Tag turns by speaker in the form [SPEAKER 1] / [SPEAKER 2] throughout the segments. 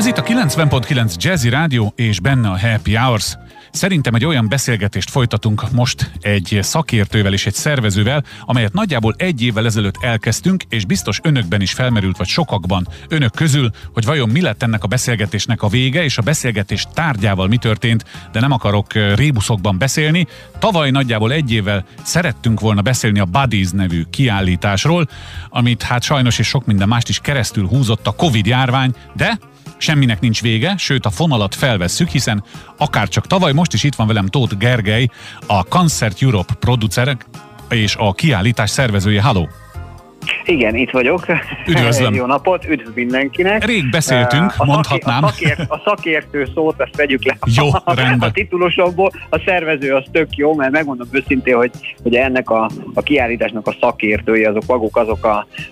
[SPEAKER 1] Ez itt a 90.9 Jazzy Rádió, és benne a Happy Hours. Szerintem egy olyan beszélgetést folytatunk most egy szakértővel és egy szervezővel, amelyet nagyjából egy évvel ezelőtt elkezdtünk, és biztos önökben is felmerült, vagy sokakban önök közül, hogy vajon mi lett ennek a beszélgetésnek a vége, és a beszélgetés tárgyával mi történt, de nem akarok rébuszokban beszélni. Tavaly nagyjából egy évvel szerettünk volna beszélni a Buddies nevű kiállításról, amit hát sajnos és sok minden mást is keresztül húzott a Covid-járvány, de semminek nincs vége, sőt a fonalat felvesszük, hiszen akárcsak tavaly, most is itt van velem Tóth Gergely, a Concert Europe producer és a kiállítás szervezője. Halló!
[SPEAKER 2] Igen, itt vagyok.
[SPEAKER 1] Üdvözlöm!
[SPEAKER 2] Jó napot, üdv mindenkinek!
[SPEAKER 1] Rég beszéltünk, mondhatnám.
[SPEAKER 2] A szakértő szót, ezt vegyük le
[SPEAKER 1] jó, rendben.
[SPEAKER 2] A titulosokból. A szervező az tök jó, mert megmondom őszintén, hogy ennek a kiállításnak a szakértői, azok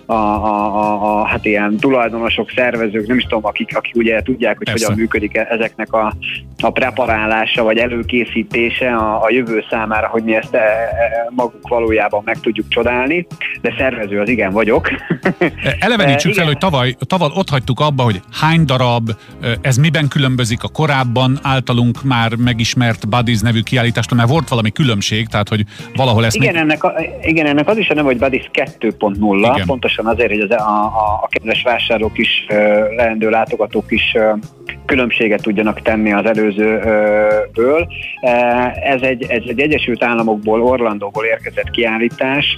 [SPEAKER 2] hát ilyen tulajdonosok, szervezők, nem is tudom, akik ugye tudják, hogy
[SPEAKER 1] Persze.
[SPEAKER 2] hogyan működik ezeknek a preparálása, vagy előkészítése a jövő számára, hogy mi ezt maguk valójában meg tudjuk csodálni, de szervező az igen vagyok.
[SPEAKER 1] Elevenítsük fel, hogy tavaly ott hagytuk abba, hogy hány darab, ez miben különbözik a korábban általunk már megismert Buddies nevű kiállítástól, mert volt valami különbség, tehát hogy valahol ezt...
[SPEAKER 2] Igen, ennek az is a neve, hogy Buddies 2.0,
[SPEAKER 1] igen. Pontosan
[SPEAKER 2] azért, hogy a kedves vásárlók is, leendő látogatók is különbséget tudjanak tenni az előzőből. Ez egy Egyesült Államokból, Orlandóból érkezett kiállítás,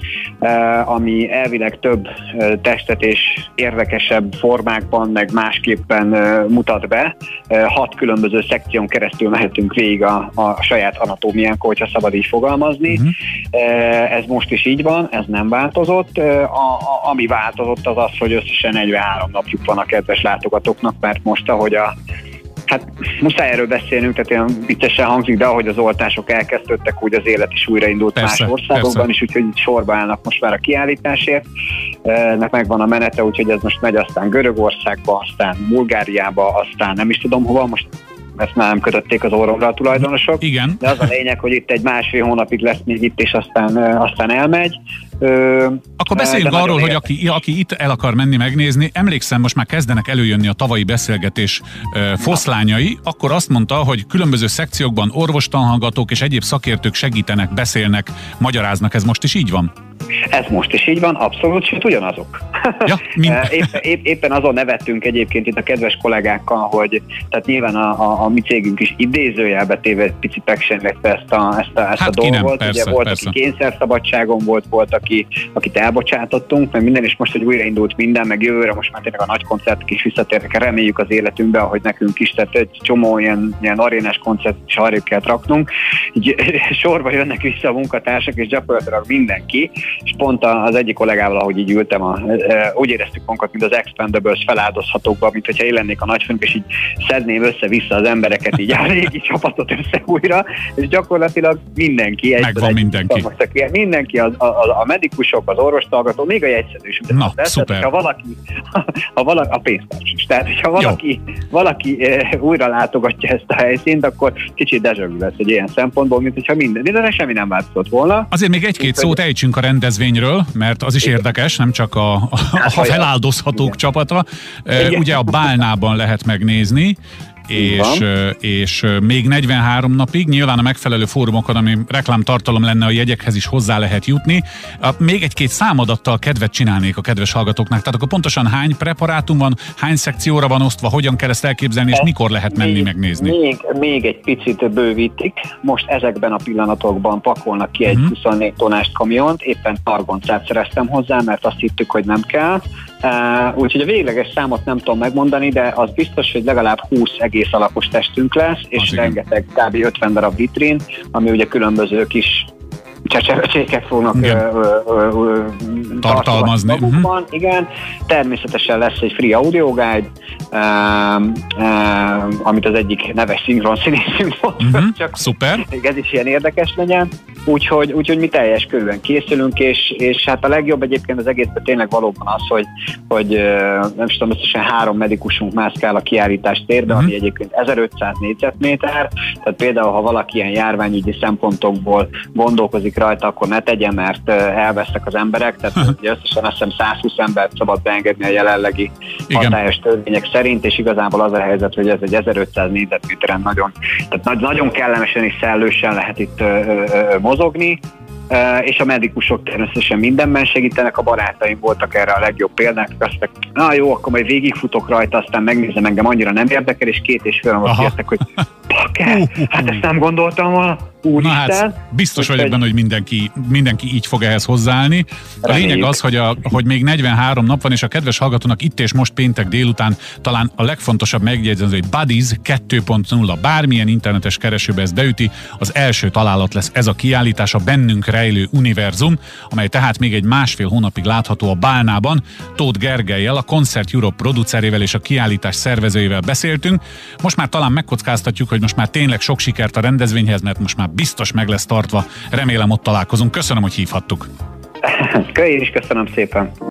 [SPEAKER 2] ami elvileg több testet és érdekesebb formákban, meg másképpen mutat be. 6 különböző szekción keresztül mehetünk végig a saját anatómiánkon, hogyha szabad így fogalmazni. Ez most is így van, ez nem változott. Ami változott az az, hogy összesen 43 napjuk van a kedves látogatóknak, mert most, ahogy hát muszáj erről beszélnünk, tehát olyan viccesen hangzik, de ahogy az oltások elkezdődtek, úgy az élet is újraindult más országokban is, úgyhogy sorba állnak most már a kiállításért. Ennek megvan a menete, úgyhogy ez most megy aztán Görögországba, aztán Bulgáriába, aztán nem is tudom hova, most ezt már nem kötötték az orromra a tulajdonosok.
[SPEAKER 1] Igen.
[SPEAKER 2] De az a lényeg, hogy itt egy másfél hónapig lesz még itt, és aztán elmegy.
[SPEAKER 1] Akkor beszéljünk arról, hogy aki itt el akar menni megnézni, emlékszem, most már kezdenek előjönni a tavalyi beszélgetés foszlányai, akkor azt mondta, hogy különböző szekciókban orvostanhallgatók és egyéb szakértők segítenek, beszélnek, magyaráznak, ez most is így van?
[SPEAKER 2] Ez most is így van, abszolút, sőt ugyanazok.
[SPEAKER 1] Ja,
[SPEAKER 2] éppen azon nevettünk egyébként itt a kedves kollégákkal, hogy tehát nyilván a mi cégünk is idézőjelbe téve egy picit megsenlegte ezt a dolgot.
[SPEAKER 1] Persze,
[SPEAKER 2] ugye volt, aki kényszerszabadságon volt, akit elbocsátottunk, meg minden, és most, hogy újraindult minden, meg jövőre most már tényleg a nagy koncertek is visszatérnek, reméljük az életünkbe, ahogy nekünk is, tehát egy csomó ilyen arénás koncert is arrébb kell raknunk. Így sorba jönnek vissza a munkatársak, és gyakorlatilag mindenki, és pont az egyik kollégával, ahogy így ültem, úgy éreztük magunkat, mint az Expendables feláldozhatókba, mint hogyha én lennék a nagyfőnök, és így szedném össze-vissza az embereket, így a régi csapatot össze újra, és gyakorlatilag mindenki.
[SPEAKER 1] Megvan mindenki.
[SPEAKER 2] Mindenki, a medikusok, az orvostallgatók, még a jegyszerű is.
[SPEAKER 1] Na, szuper.
[SPEAKER 2] Tehát, ha valaki a pénztárs is. Tehát, hogyha valaki újra látogatja ezt a helyszínt, akkor kicsit déjà vu lesz egy ilyen szempontból, mint hogyha de semmi nem változott volna.
[SPEAKER 1] Azért még egy-két szót ejtsünk a rendezvényről, mert az is érdekes, nem csak a feláldozhatók csapata. Ugye a Bálnában lehet megnézni, és még 43 napig, nyilván a megfelelő fórumokon, ami reklámtartalom lenne, a jegyekhez is hozzá lehet jutni. Még egy-két számadattal kedvet csinálnék a kedves hallgatóknak. Tehát akkor pontosan hány preparátum van, hány szekcióra van osztva, hogyan kell ezt elképzelni, és mikor lehet menni megnézni?
[SPEAKER 2] Még egy picit bővítik. Most ezekben a pillanatokban pakolnak ki egy 24 tonás kamiont. Éppen targoncát szereztem hozzá, mert azt hittük, hogy nem kell. Úgyhogy a végleges számot nem tudom megmondani, de az biztos, hogy legalább 20 egész alapos testünk lesz, és rengeteg, kb. 50 darab vitrin, ami ugye különböző kis csecsevecséket fognak
[SPEAKER 1] tartalmazni.
[SPEAKER 2] Igen, természetesen lesz egy free audio guide, amit az egyik neves szinkron színészünk volt.
[SPEAKER 1] Csak szuper.
[SPEAKER 2] Ez is ilyen érdekes legyen. Úgyhogy mi teljes körülön készülünk, és hát a legjobb egyébként az egészben tényleg valóban az, hogy nem tudom, összesen 3 medikusunk mászkál a kiállítás térbe, ami egyébként 1500 négyzetméter, tehát például, ha valaki ilyen járványügyi szempontokból gondolkozik rajta, akkor ne tegye, mert elvesztek az emberek, tehát ugye összesen azt hiszem 120 embert szabad beengedni a jelenlegi hatályos törvények szerint, és igazából az a helyzet, hogy ez egy 1500 négyzetméteren nagyon kellemesen és szellősen lehet itt mozogni, és a medikusok természetesen mindenben segítenek, a barátaim voltak erre a legjobb példák, azt mondták, na jó, akkor majd végigfutok rajta, aztán megnézem, engem annyira nem érdekel, és 2,5 napot kértek, hogy bakker, hát ezt nem gondoltam volna. Úristen.
[SPEAKER 1] Na hát, biztos vagyok benne, hogy mindenki így fog ehhez hozzáállni. A lényeg az, hogy még 43 nap van, és a kedves hallgatónak itt és most péntek délután talán a legfontosabb megjegyzni, hogy Buddies 2.0, bármilyen internetes keresőbe ezt beüti, az első találat lesz ez a kiállítás, a bennünk rejlő univerzum, amely tehát még egy 1,5 hónapig látható a Bálnában. Tóth Gergellyel, a Concert Europe producerével és a kiállítás szervezőjével beszéltünk. Most már talán megkockáztatjuk, hogy most már tényleg sok sikert a rendezvényhez, mert most már biztos meg lesz tartva. Remélem ott találkozunk. Köszönöm, hogy hívhattuk.
[SPEAKER 2] Én is köszönöm szépen.